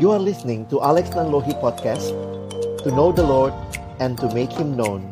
You are listening to Alex Nanlohi Podcast, to know the Lord and to make Him known.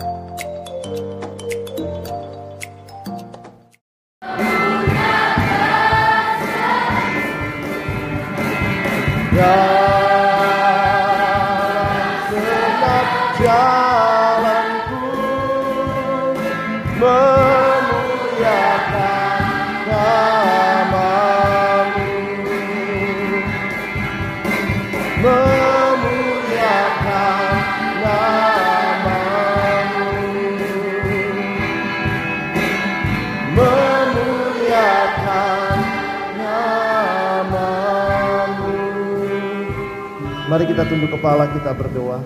Mari kita tunduk kepala, kita berdoa.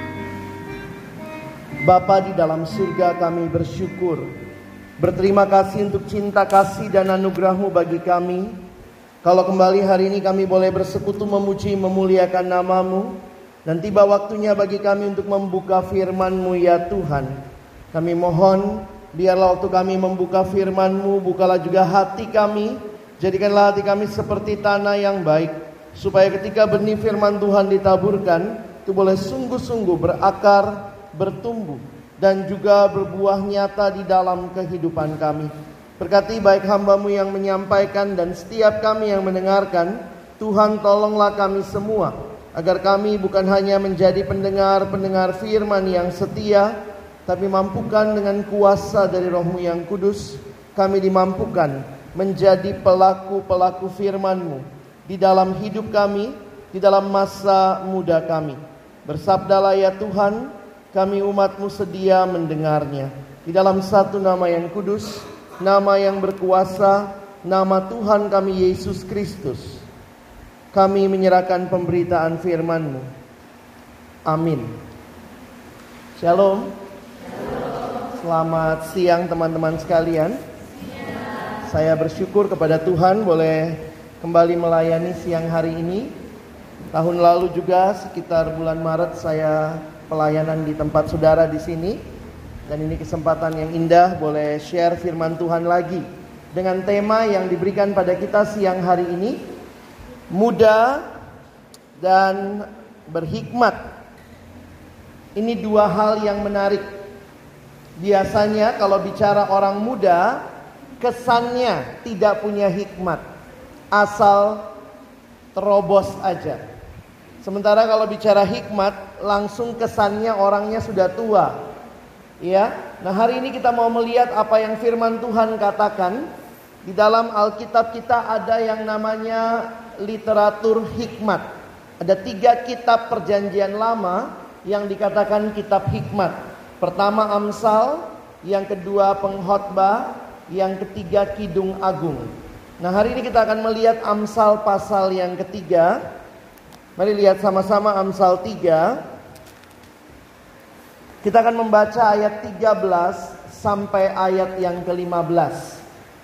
Bapa di dalam surga, kami bersyukur, berterima kasih untuk cinta kasih dan anugerah-Mu bagi kami. Kalau kembali hari ini kami boleh bersekutu memuji memuliakan nama-Mu, dan tiba waktunya bagi kami untuk membuka firman-Mu ya Tuhan. Kami mohon biarlah waktu kami membuka firman-Mu, bukalah juga hati kami, jadikanlah hati kami seperti tanah yang baik, supaya ketika benih firman Tuhan ditaburkan, itu boleh sungguh-sungguh berakar, bertumbuh, dan juga berbuah nyata di dalam kehidupan kami. Berkati baik hamba-Mu yang menyampaikan dan setiap kami yang mendengarkan. Tuhan, tolonglah kami semua, agar kami bukan hanya menjadi pendengar-pendengar firman yang setia, tapi mampukan dengan kuasa dari Roh-Mu yang kudus, kami dimampukan menjadi pelaku-pelaku firman-Mu di dalam hidup kami, di dalam masa muda kami. Bersabdalah ya Tuhan, kami umat-Mu sedia mendengarnya. Di dalam satu nama yang kudus, nama yang berkuasa, nama Tuhan kami Yesus Kristus, kami menyerahkan pemberitaan firman-Mu. Amin. Shalom. Selamat siang teman-teman sekalian. Saya bersyukur kepada Tuhan boleh kembali melayani siang hari ini. Tahun lalu juga sekitar bulan Maret saya pelayanan di tempat saudara di sini, dan ini kesempatan yang indah boleh share firman Tuhan lagi dengan tema yang diberikan pada kita siang hari ini, muda dan berhikmat. Ini dua hal yang menarik. Biasanya kalau bicara orang muda, kesannya tidak punya hikmat, asal terobos aja. Sementara kalau bicara hikmat, langsung kesannya orangnya sudah tua. Ya. Nah, hari ini kita mau melihat apa yang firman Tuhan katakan. Di dalam Alkitab kita ada yang namanya literatur hikmat. Ada 3 kitab perjanjian lama yang dikatakan kitab hikmat. Pertama Amsal, yang kedua Pengkhotbah, yang ketiga Kidung Agung. Nah, hari ini kita akan melihat Amsal pasal yang ketiga. Mari lihat sama-sama Amsal 3. Kita akan membaca ayat 13 sampai ayat yang ke-15.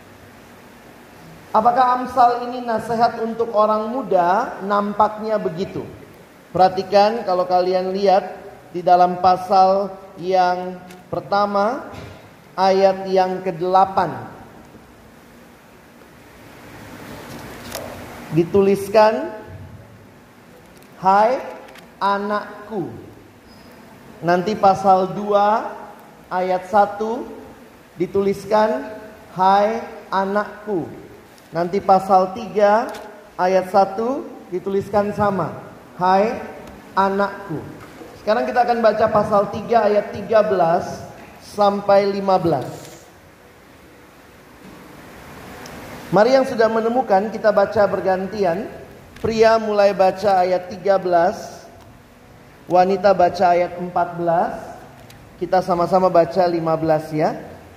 Apakah Amsal ini nasihat untuk orang muda? Nampaknya begitu. Perhatikan kalau kalian lihat di dalam pasal yang pertama, ayat yang ke-8. Dituliskan, hai anakku. Nanti pasal 2 ayat 1 dituliskan, hai anakku. Nanti pasal 3 ayat 1 dituliskan sama, hai anakku. Sekarang kita akan baca pasal 3 ayat 13 sampai 15. Mari yang sudah menemukan kita baca bergantian. Pria mulai baca ayat 13, wanita baca ayat 14. Kita sama-sama baca 15 ya.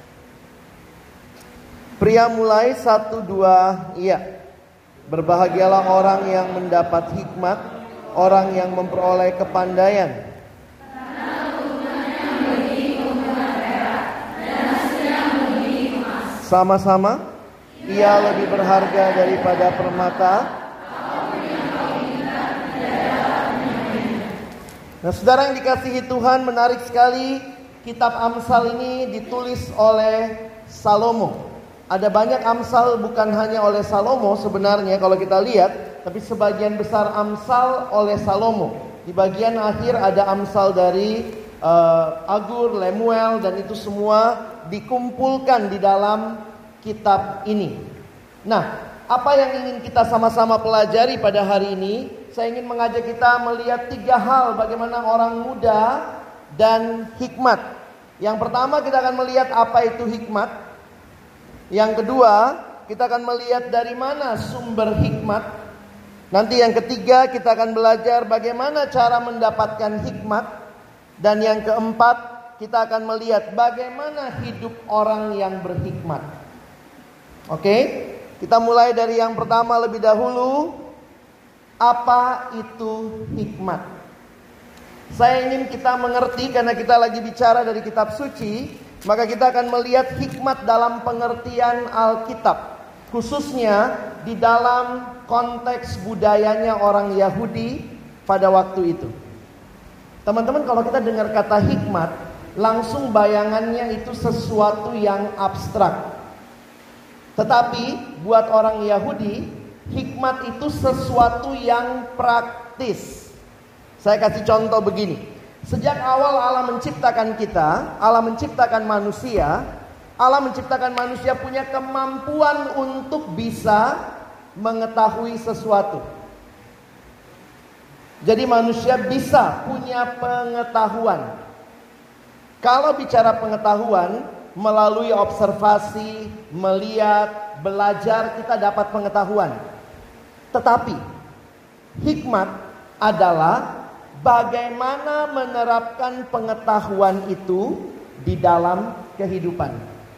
Pria mulai 1, 2, iya. Berbahagialah orang yang mendapat hikmat, orang yang memperoleh kepandaian. Sama-sama. Ia lebih berharga daripada permata. Nah, saudara yang dikasihi Tuhan, menarik sekali kitab Amsal ini ditulis oleh Salomo. Ada banyak Amsal bukan hanya oleh Salomo sebenarnya kalau kita lihat, tapi sebagian besar Amsal oleh Salomo. Di bagian akhir ada Amsal dari Agur, Lemuel, dan itu semua dikumpulkan di dalam kitab ini. Nah, apa yang ingin kita sama-sama pelajari pada hari ini? Saya ingin mengajak kita melihat 3 hal bagaimana orang muda dan hikmat. Yang pertama, kita akan melihat apa itu hikmat. Yang kedua, kita akan melihat dari mana sumber hikmat. Nanti yang ketiga, kita akan belajar bagaimana cara mendapatkan hikmat. Dan yang keempat, kita akan melihat bagaimana hidup orang yang berhikmat. Oke, kita mulai dari yang pertama lebih dahulu. Apa itu hikmat? Saya ingin kita mengerti, karena kita lagi bicara dari kitab suci, maka kita akan melihat hikmat dalam pengertian Alkitab, khususnya di dalam konteks budayanya orang Yahudi pada waktu itu. Teman-teman, kalau kita dengar kata hikmat, langsung bayangannya itu sesuatu yang abstrak. Tetapi buat orang Yahudi, hikmat itu sesuatu yang praktis. Saya kasih contoh begini. Sejak awal Allah menciptakan kita, Allah menciptakan manusia. Allah menciptakan manusia punya kemampuan untuk bisa mengetahui sesuatu. Jadi manusia bisa punya pengetahuan. Kalau bicara pengetahuan, melalui observasi, melihat, belajar, kita dapat pengetahuan. Tetapi hikmat adalah bagaimana menerapkan pengetahuan itu di dalam kehidupan.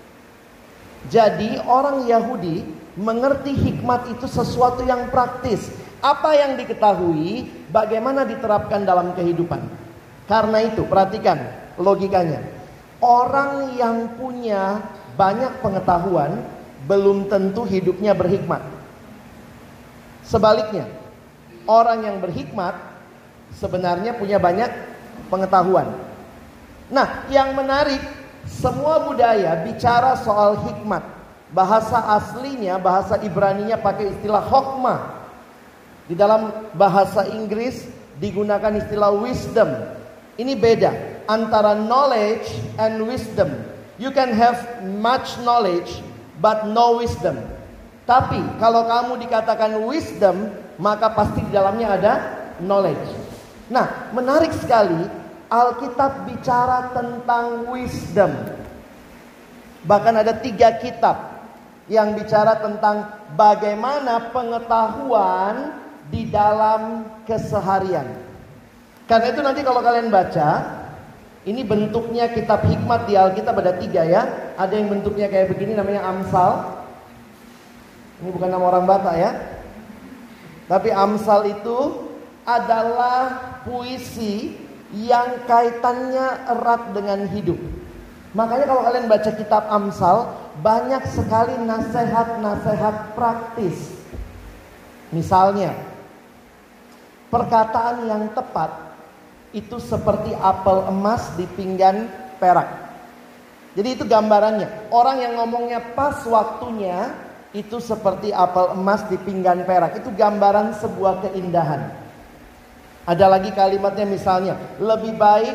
Jadi orang Yahudi mengerti hikmat itu sesuatu yang praktis. Apa yang diketahui, bagaimana diterapkan dalam kehidupan. Karena itu, perhatikan logikanya. Orang yang punya banyak pengetahuan belum tentu hidupnya berhikmat. Sebaliknya, orang yang berhikmat sebenarnya punya banyak pengetahuan. Nah, yang menarik, semua budaya bicara soal hikmat. Bahasa aslinya, bahasa Ibraninya pakai istilah hokmah. Di dalam bahasa Inggris digunakan istilah wisdom. Ini beda antara knowledge and wisdom. You can have much knowledge but no wisdom. Tapi kalau kamu dikatakan wisdom, maka pasti di dalamnya ada knowledge. Nah, menarik sekali, Alkitab bicara tentang wisdom. Bahkan ada 3 kitab yang bicara tentang bagaimana pengetahuan di dalam keseharian. Karena itu nanti kalau kalian baca, ini bentuknya kitab hikmat di Alkitab ada 3 ya. Ada yang bentuknya kayak begini, namanya Amsal. Ini bukan nama orang Batak ya. Tapi Amsal itu adalah puisi yang kaitannya erat dengan hidup. Makanya kalau kalian baca kitab Amsal, banyak sekali nasihat-nasihat praktis. Misalnya, perkataan yang tepat itu seperti apel emas di pinggan perak. Jadi itu gambarannya. Orang yang ngomongnya pas waktunya itu seperti apel emas di pinggan perak. Itu gambaran sebuah keindahan. Ada lagi kalimatnya, misalnya lebih baik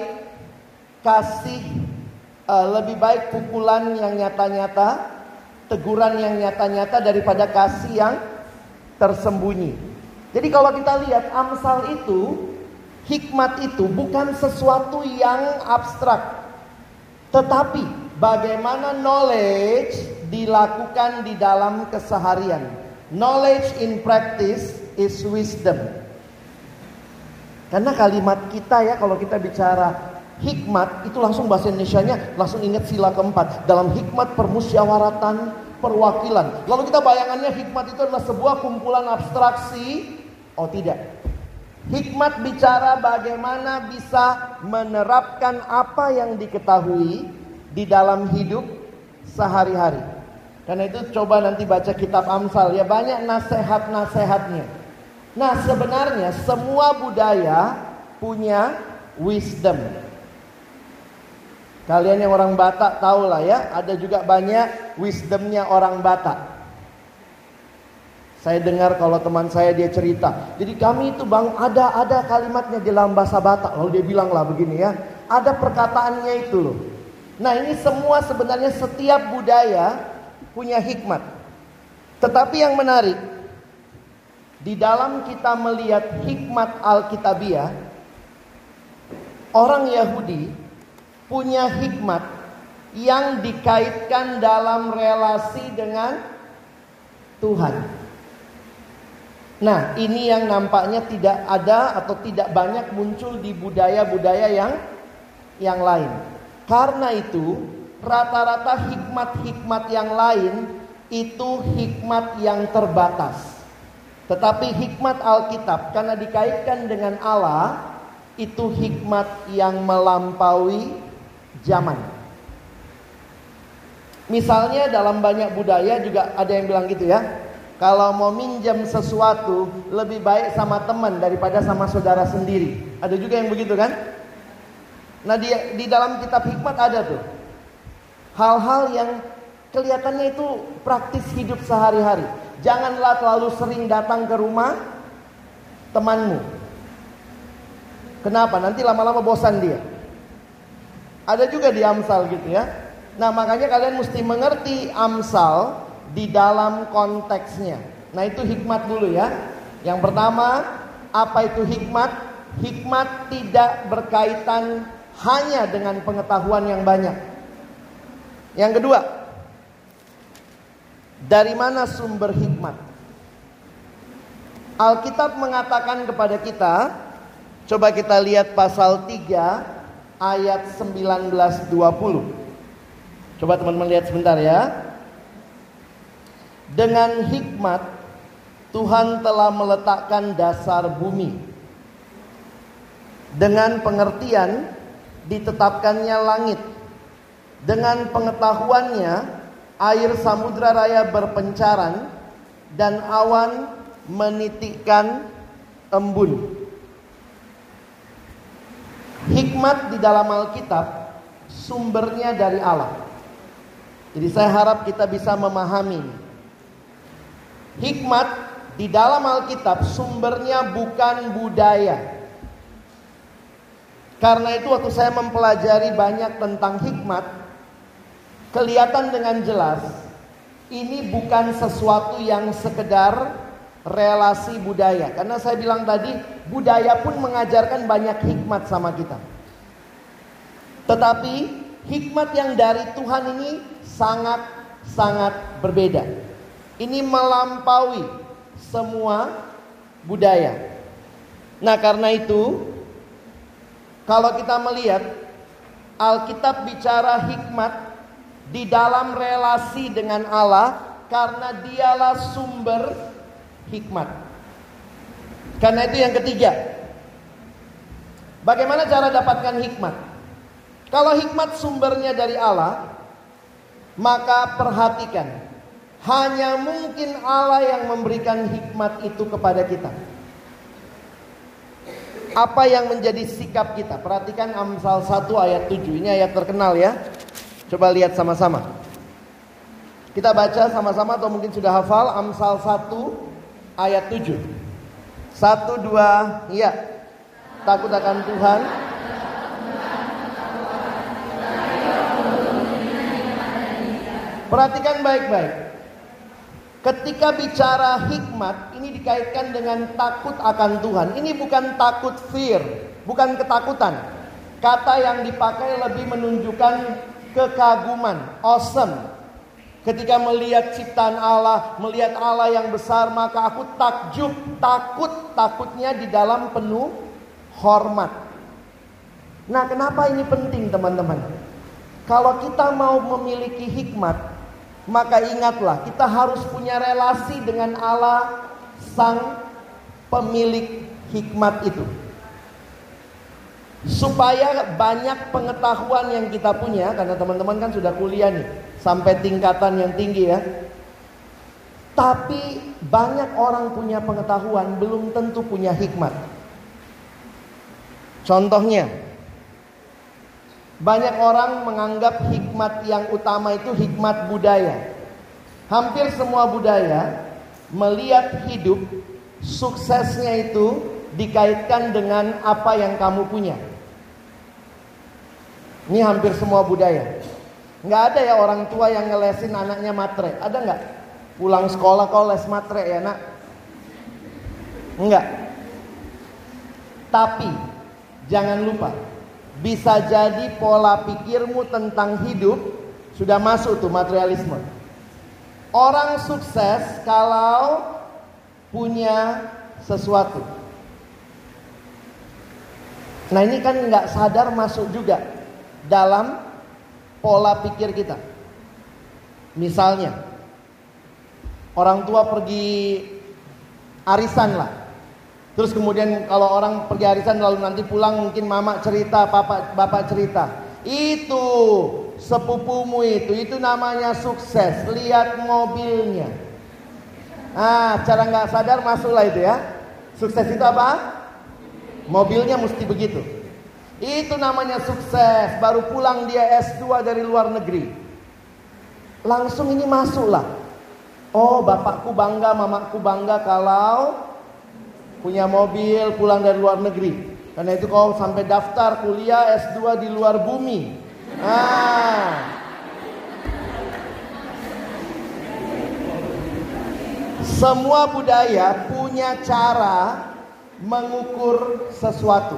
lebih baik pukulan yang nyata-nyata, teguran yang nyata-nyata daripada kasih yang tersembunyi. Jadi kalau kita lihat Amsal itu, hikmat itu bukan sesuatu yang abstrak, tetapi bagaimana knowledge dilakukan di dalam keseharian. Knowledge in practice is wisdom. Karena kalimat kita ya, kalau kita bicara hikmat, itu langsung bahasa Indonesianya langsung ingat sila keempat. Dalam hikmat permusyawaratan perwakilan. Lalu kita bayangannya hikmat itu adalah sebuah kumpulan abstraksi. Oh tidak. Hikmat bicara bagaimana bisa menerapkan apa yang diketahui di dalam hidup sehari-hari. Karena itu coba nanti baca kitab Amsal ya, banyak nasihat-nasihatnya. Nah, sebenarnya semua budaya punya wisdom. Kalian yang orang Batak tahu lah ya, ada juga banyak wisdomnya orang Batak. Saya dengar kalau teman saya dia cerita, jadi kami itu bang ada kalimatnya di dalam bahasa Batak. Lalu dia bilang lah begini ya, ada perkataannya itu loh. Nah ini semua sebenarnya setiap budaya punya hikmat. Tetapi yang menarik, di dalam kita melihat hikmat Alkitabiah, orang Yahudi punya hikmat yang dikaitkan dalam relasi dengan Tuhan. Nah, ini yang nampaknya tidak ada atau tidak banyak muncul di budaya-budaya yang lain. Karena itu, rata-rata hikmat-hikmat yang lain itu hikmat yang terbatas. Tetapi hikmat Alkitab karena dikaitkan dengan Allah, itu hikmat yang melampaui zaman. Misalnya dalam banyak budaya juga ada yang bilang gitu ya, kalau mau minjam sesuatu lebih baik sama teman daripada sama saudara sendiri. Ada juga yang begitu kan? Nah di dalam kitab hikmat ada tuh hal-hal yang kelihatannya itu praktis hidup sehari-hari. Janganlah terlalu sering datang ke rumah temanmu. Kenapa? Nanti lama-lama bosan dia. Ada juga di Amsal gitu ya. Nah makanya kalian mesti mengerti Amsal di dalam konteksnya. Nah itu hikmat dulu ya. Yang pertama, apa itu hikmat? Hikmat tidak berkaitan hanya dengan pengetahuan yang banyak. Yang kedua, dari mana sumber hikmat? Alkitab mengatakan kepada kita, coba kita lihat pasal 3 ayat 19-20. Coba teman-teman lihat sebentar ya. Dengan hikmat Tuhan telah meletakkan dasar bumi. Dengan pengertian ditetapkannya langit. Dengan pengetahuannya air samudra raya berpencaran dan awan menitikkan embun. Hikmat di dalam Alkitab sumbernya dari Allah. Jadi saya harap kita bisa memahami ini. Hikmat di dalam Alkitab sumbernya bukan budaya. Karena itu waktu saya mempelajari banyak tentang hikmat, kelihatan dengan jelas ini bukan sesuatu yang sekedar relasi budaya. Karena saya bilang tadi, budaya pun mengajarkan banyak hikmat sama kita. Tetapi hikmat yang dari Tuhan ini sangat-sangat berbeda. Ini melampaui semua budaya. Nah karena itu, kalau kita melihat Alkitab bicara hikmat di dalam relasi dengan Allah, karena dialah sumber hikmat. Karena itu yang ketiga, bagaimana cara dapatkan hikmat? Kalau hikmat sumbernya dari Allah, maka perhatikan, hanya mungkin Allah yang memberikan hikmat itu kepada kita. Apa yang menjadi sikap kita? Perhatikan Amsal 1 ayat 7. Ini ayat terkenal ya. Coba lihat sama-sama. Kita baca sama-sama atau mungkin sudah hafal. Amsal 1 ayat 7. 1, 2, ya. Takut akan Tuhan. Perhatikan baik-baik. Ketika bicara hikmat, ini dikaitkan dengan takut akan Tuhan. Ini bukan takut fear, bukan ketakutan. Kata yang dipakai lebih menunjukkan kekaguman, awesome. Ketika melihat ciptaan Allah, melihat Allah yang besar, maka aku takjub, takutnya di dalam penuh hormat. Nah, kenapa ini penting teman-teman? Kalau kita mau memiliki hikmat, maka ingatlah, kita harus punya relasi dengan Allah, sang pemilik hikmat itu. Supaya banyak pengetahuan yang kita punya, karena teman-teman kan sudah kuliah nih, sampai tingkatan yang tinggi ya. Tapi banyak orang punya pengetahuan, belum tentu punya hikmat. Contohnya, Banyak orang menganggap hikmat yang utama itu hikmat budaya. Hampir semua budaya melihat hidup, suksesnya itu dikaitkan dengan apa yang kamu punya. Ini hampir semua budaya. Nggak ada ya orang tua yang ngelesin anaknya matre. Ada nggak? Pulang sekolah kau les matre ya nak? Enggak. Tapi jangan lupa, bisa jadi pola pikirmu tentang hidup sudah masuk tuh materialisme. Orang sukses kalau punya sesuatu. Nah ini kan nggak sadar masuk juga dalam pola pikir kita. Misalnya, orang tua pergi arisan lah. Terus kemudian kalau orang pergi arisan lalu nanti pulang mungkin mama cerita, bapak cerita. Itu sepupumu itu namanya sukses. Lihat mobilnya. Cara nggak sadar masuklah itu ya. Sukses itu apa? Mobilnya mesti begitu. Itu namanya sukses. Baru pulang dia S2 dari luar negeri. Langsung ini masuklah. Oh, bapakku bangga, mamaku bangga kalau punya mobil, pulang dari luar negeri. Karena itu kau sampai daftar kuliah S2 di luar bumi. Semua budaya punya cara mengukur sesuatu.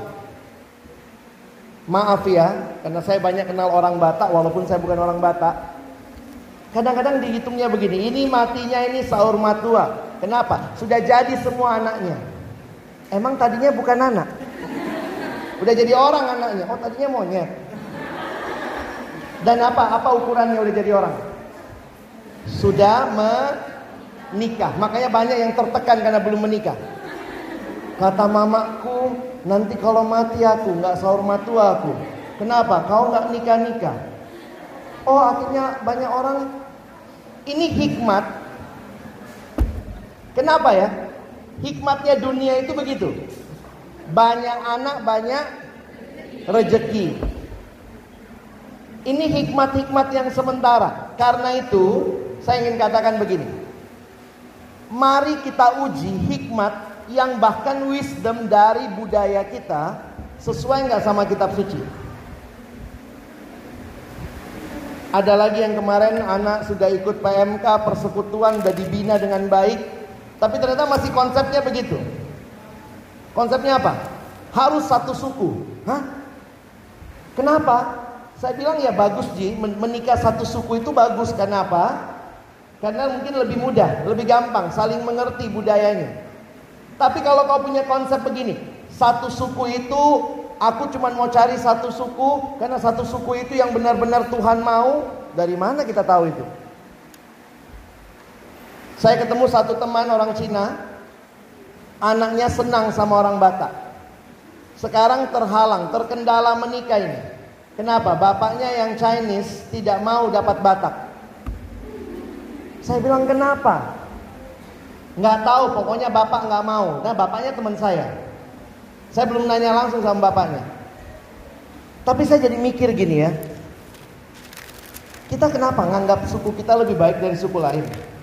Maaf ya, karena saya banyak kenal orang Batak walaupun saya bukan orang Batak. Kadang-kadang dihitungnya begini, ini matinya ini sahur matua. Kenapa? Sudah jadi semua anaknya. Emang tadinya bukan anak. Udah jadi orang anaknya. Oh tadinya monyet. Dan apa ukurannya udah jadi orang? Sudah menikah. Makanya banyak yang tertekan karena belum menikah. Kata mamaku, nanti kalau mati aku gak sahur matua aku. Kenapa? Kau gak nikah-nikah. Oh akhirnya banyak orang. Ini hikmat. Kenapa ya? Hikmatnya dunia itu begitu. Banyak anak, banyak rezeki. Ini hikmat-hikmat yang sementara. Karena itu saya ingin katakan begini. Mari kita uji hikmat yang bahkan wisdom dari budaya kita sesuai gak sama kitab suci. Ada lagi yang kemarin anak sudah ikut PMK, persekutuan, sudah dibina dengan baik. Tapi ternyata masih konsepnya begitu. Konsepnya apa? Harus satu suku. Hah? Kenapa? Saya bilang ya bagus Ji, menikah satu suku itu bagus. Kenapa? Karena mungkin lebih mudah, lebih gampang, saling mengerti budayanya. Tapi kalau kau punya konsep begini, satu suku itu, aku cuma mau cari satu suku, karena satu suku itu yang benar-benar Tuhan mau. Dari mana kita tahu itu? Saya ketemu satu teman orang Cina, anaknya senang sama orang Batak. Sekarang terhalang, terkendala menikah ini. Kenapa? Bapaknya yang Chinese tidak mau dapat Batak. Saya bilang kenapa? Nggak tahu, pokoknya bapak nggak mau. Nah bapaknya teman saya. Saya belum nanya langsung sama bapaknya. Tapi saya jadi mikir gini ya. Kita kenapa nganggap suku kita lebih baik dari suku lain?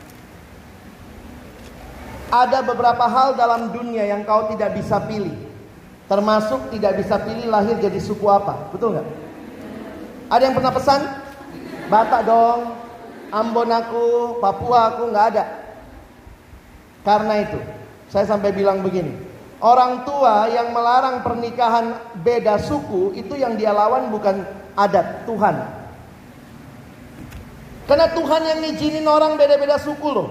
Ada beberapa hal dalam dunia yang kau tidak bisa pilih. Termasuk tidak bisa pilih lahir jadi suku apa. Betul nggak? Ada yang pernah pesan? Batak dong, Ambon aku, Papua aku, nggak ada. Karena itu saya sampai bilang begini, orang tua yang melarang pernikahan beda suku, itu yang dia lawan bukan adat, Tuhan. Karena Tuhan yang ngizinin orang beda-beda suku loh.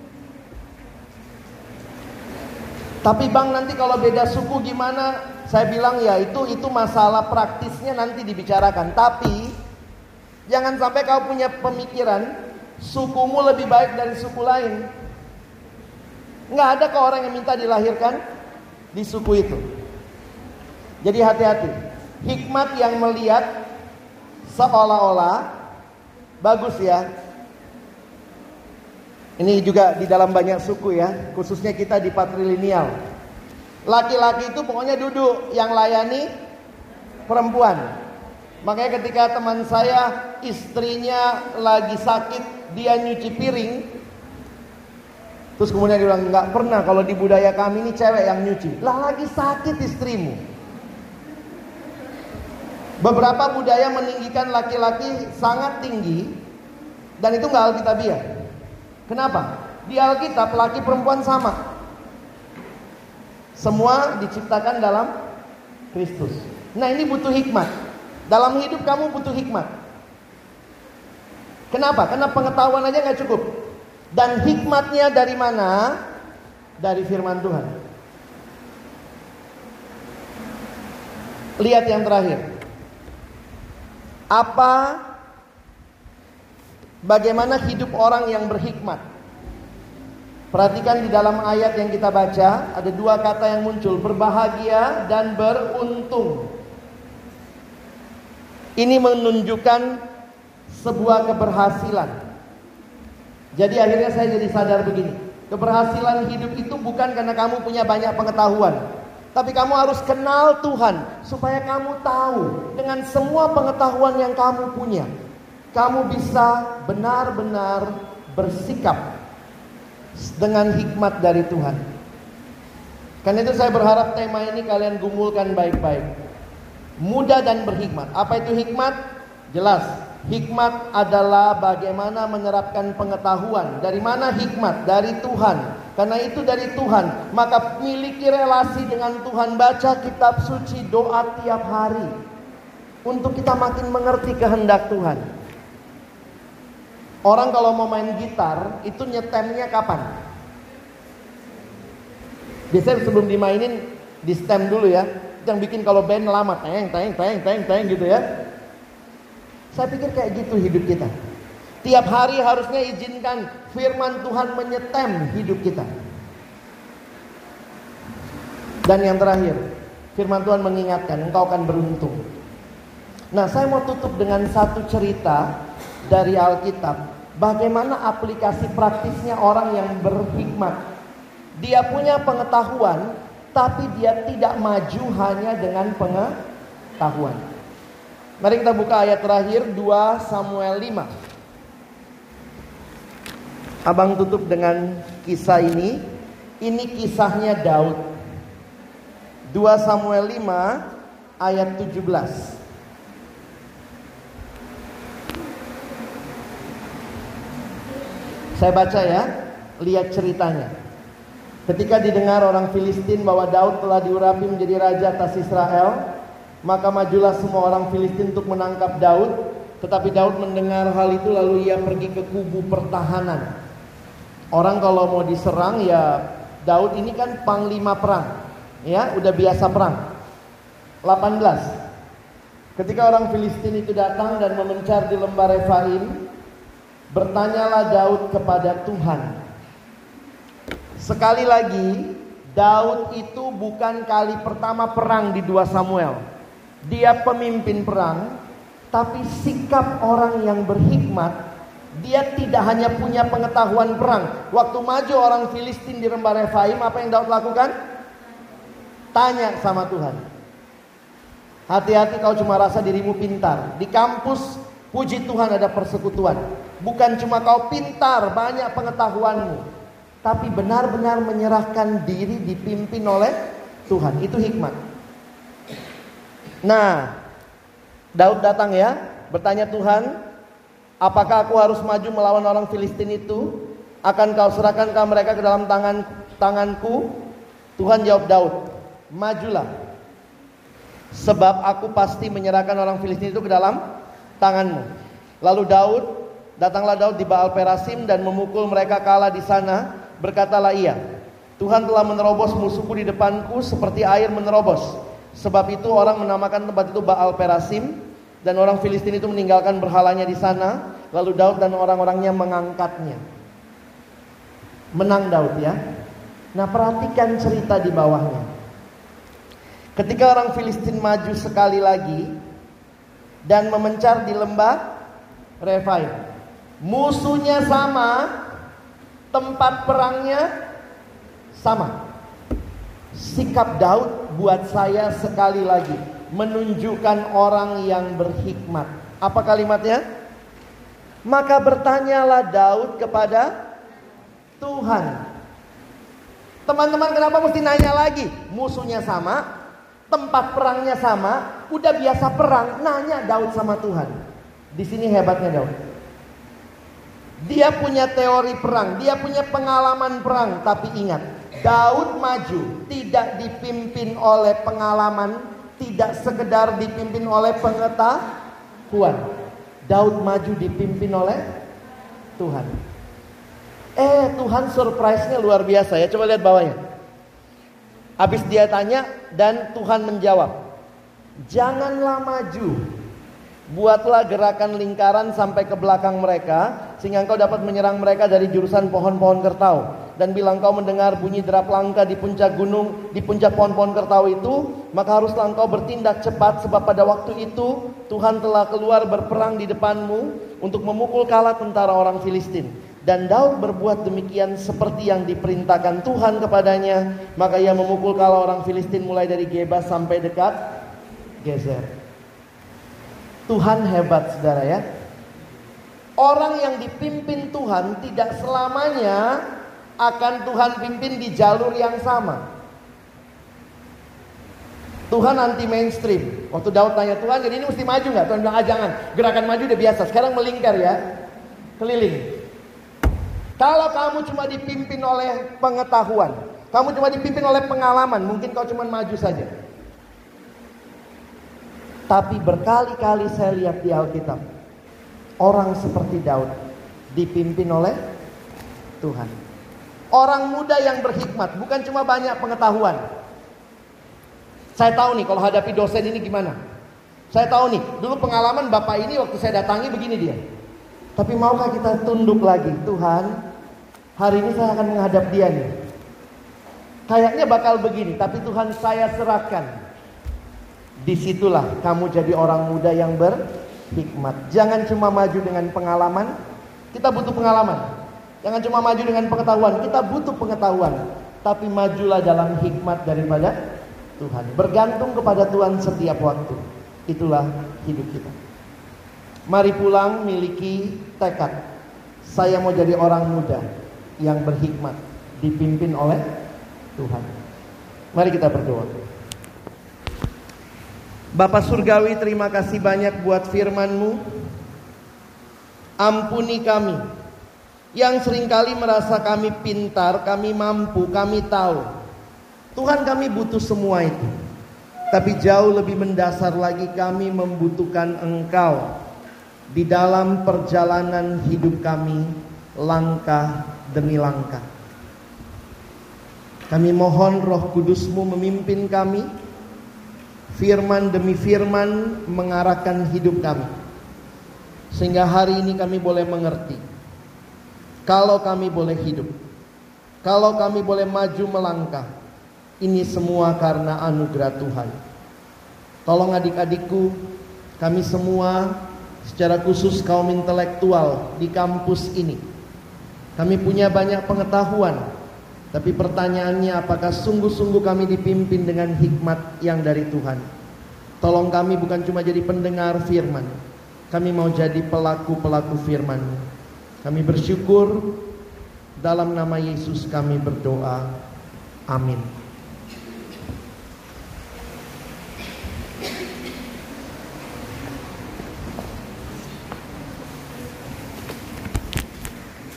Tapi bang nanti kalau beda suku gimana? Saya bilang ya itu masalah praktisnya nanti dibicarakan. Tapi jangan sampai kau punya pemikiran sukumu lebih baik dari suku lain. Nggak ada kok orang yang minta dilahirkan di suku itu. Jadi hati-hati. Hikmat yang melihat seolah-olah bagus ya. Ini juga di dalam banyak suku ya, khususnya kita di patrilineal. Laki-laki itu pokoknya duduk, yang layani perempuan. Makanya ketika teman saya istrinya lagi sakit, dia nyuci piring, terus kemudian dia bilang, nggak pernah kalau di budaya kami ini cewek yang nyuci. Lah lagi sakit istrimu. Beberapa budaya meninggikan laki-laki sangat tinggi, dan itu nggak alkitabiah. Kenapa? Di Alkitab laki perempuan sama. Semua diciptakan dalam Kristus. Nah, ini butuh hikmat. Dalam hidup kamu butuh hikmat. Kenapa? Karena pengetahuan aja nggak cukup. Dan hikmatnya dari mana? Dari firman Tuhan. Lihat yang terakhir. Bagaimana hidup orang yang berhikmat? Perhatikan di dalam ayat yang kita baca, ada dua kata yang muncul, berbahagia dan beruntung. Ini menunjukkan sebuah keberhasilan. Jadi akhirnya saya jadi sadar begini, keberhasilan hidup itu bukan karena kamu punya banyak pengetahuan, tapi kamu harus kenal Tuhan, supaya kamu tahu dengan semua pengetahuan yang kamu punya, kamu bisa benar-benar bersikap dengan hikmat dari Tuhan. Karena itu saya berharap tema ini kalian gumulkan baik-baik. Muda dan berhikmat. Apa itu hikmat? Jelas. Hikmat adalah bagaimana menerapkan pengetahuan. Dari mana hikmat? Dari Tuhan. Karena itu dari Tuhan, maka miliki relasi dengan Tuhan. Baca kitab suci, doa tiap hari, untuk kita makin mengerti kehendak Tuhan. Orang kalau mau main gitar, itu nyetemnya kapan? Biasanya sebelum dimainin, di stem dulu ya. Yang bikin kalau band lama, teng gitu ya. Saya pikir kayak gitu hidup kita. Tiap hari harusnya izinkan firman Tuhan menyetem hidup kita. Dan yang terakhir, firman Tuhan mengingatkan, engkau akan beruntung. Nah, saya mau tutup dengan satu cerita dari Alkitab. Bagaimana aplikasi praktisnya orang yang berhikmat. Dia punya pengetahuan, tapi dia tidak maju hanya dengan pengetahuan. Mari kita buka ayat terakhir, 2 Samuel 5. Abang tutup dengan kisah ini. Ini kisahnya Daud. 2 Samuel 5 ayat 17. Saya baca ya, lihat ceritanya. Ketika didengar orang Filistin bahwa Daud telah diurapi menjadi raja atas Israel, maka majulah semua orang Filistin untuk menangkap Daud. Tetapi Daud mendengar hal itu, lalu ia pergi ke kubu pertahanan. Orang kalau mau diserang ya, Daud ini kan panglima perang, ya udah biasa perang. 18. Ketika orang Filistin itu datang dan memencar di lembah Refaim, bertanyalah Daud kepada Tuhan. Sekali lagi, Daud itu bukan kali pertama perang di 2 Samuel. Dia pemimpin perang, tapi sikap orang yang berhikmat, dia tidak hanya punya pengetahuan perang. Waktu maju orang Filistin di lembah Refaim, apa yang Daud lakukan? Tanya sama Tuhan. Hati-hati kau cuma rasa dirimu pintar. Di kampus, puji Tuhan ada persekutuan. Bukan cuma kau pintar, banyak pengetahuanmu, tapi benar-benar menyerahkan diri dipimpin oleh Tuhan. Itu hikmat. Nah, Daud datang ya, bertanya Tuhan, apakah aku harus maju melawan orang Filistin itu? Akan kau serahkankah mereka ke dalam tanganku? Tuhan jawab Daud, majulah, sebab aku pasti menyerahkan orang Filistin itu ke dalam tanganmu. Lalu datanglah Daud di Baal Perasim dan memukul mereka kalah di sana. Berkatalah ia, Tuhan telah menerobos musuhku di depanku seperti air menerobos. Sebab itu orang menamakan tempat itu Baal Perasim. Dan orang Filistin itu meninggalkan berhalanya di sana. Lalu Daud dan orang-orangnya mengangkatnya. Menang Daud ya. Nah, perhatikan cerita di bawahnya. Ketika orang Filistin maju sekali lagi dan memencar di lembah Refaim, musuhnya sama, tempat perangnya sama. Sikap Daud buat saya sekali lagi menunjukkan orang yang berhikmat. Apa kalimatnya? Maka bertanyalah Daud kepada Tuhan. Teman-teman, kenapa mesti nanya lagi? Musuhnya sama, tempat perangnya sama, udah biasa perang, nanya Daud sama Tuhan. Di sini hebatnya Daud. Dia punya teori perang, dia punya pengalaman perang, tapi ingat, Daud maju tidak dipimpin oleh pengalaman, tidak sekedar dipimpin oleh pengetahuan. Daud maju dipimpin oleh Tuhan. Tuhan surprise-nya luar biasa ya. Coba lihat bawahnya. Habis dia tanya dan Tuhan menjawab, janganlah maju, buatlah gerakan lingkaran sampai ke belakang mereka, sehingga engkau dapat menyerang mereka dari jurusan pohon-pohon kertau. Dan bila engkau mendengar bunyi derap langkah di puncak gunung, di puncak pohon-pohon kertau itu, maka haruslah engkau bertindak cepat, sebab pada waktu itu Tuhan telah keluar berperang di depanmu untuk memukul kalah tentara orang Filistin. Dan Daud berbuat demikian seperti yang diperintahkan Tuhan kepadanya. Maka ia memukul kalah orang Filistin mulai dari Geba sampai dekat Gezer. Tuhan hebat, saudara ya. Orang yang dipimpin Tuhan tidak selamanya akan Tuhan pimpin di jalur yang sama. Tuhan anti mainstream. Waktu Daud tanya Tuhan, jadi ini mesti maju nggak? Tuhan bilang, jangan. Gerakan maju udah biasa. Sekarang melingkar ya, keliling. Kalau kamu cuma dipimpin oleh pengetahuan, kamu cuma dipimpin oleh pengalaman, mungkin kau cuma maju saja. Tapi berkali-kali saya lihat di Alkitab, orang seperti Daud dipimpin oleh Tuhan. Orang muda yang berhikmat, bukan cuma banyak pengetahuan. Saya tahu nih kalau hadapi dosen ini gimana. Saya tahu nih, dulu pengalaman bapak ini waktu saya datangi begini dia. Tapi maukah kita tunduk lagi? Tuhan, hari ini saya akan menghadap dia nih. Kayaknya bakal begini, tapi Tuhan saya serahkan. Disitulah kamu jadi orang muda yang berhikmat. Jangan cuma maju dengan pengalaman. Kita butuh pengalaman. Jangan cuma maju dengan pengetahuan. Kita butuh pengetahuan. Tapi majulah dalam hikmat daripada Tuhan. Bergantung kepada Tuhan setiap waktu. Itulah hidup kita. Mari pulang miliki tekad. Saya mau jadi orang muda yang berhikmat, dipimpin oleh Tuhan. Mari kita berdoa. Bapa Surgawi, terima kasih banyak buat firman-Mu. Ampuni kami yang seringkali merasa kami pintar, kami mampu, kami tahu. Tuhan, kami butuh semua itu. Tapi jauh lebih mendasar lagi, kami membutuhkan Engkau di dalam perjalanan hidup kami, langkah demi langkah. Kami mohon Roh Kudus-Mu memimpin kami, firman demi firman mengarahkan hidup kami, sehingga hari ini kami boleh mengerti. Kalau kami boleh hidup, kalau kami boleh maju melangkah, ini semua karena anugerah Tuhan. Tolong adik-adikku, kami semua, secara khusus kaum intelektual di kampus ini, kami punya banyak pengetahuan. Tapi pertanyaannya, apakah sungguh-sungguh kami dipimpin dengan hikmat yang dari Tuhan? Tolong kami bukan cuma jadi pendengar firman, kami mau jadi pelaku-pelaku firman. Kami bersyukur, dalam nama Yesus kami berdoa. Amin.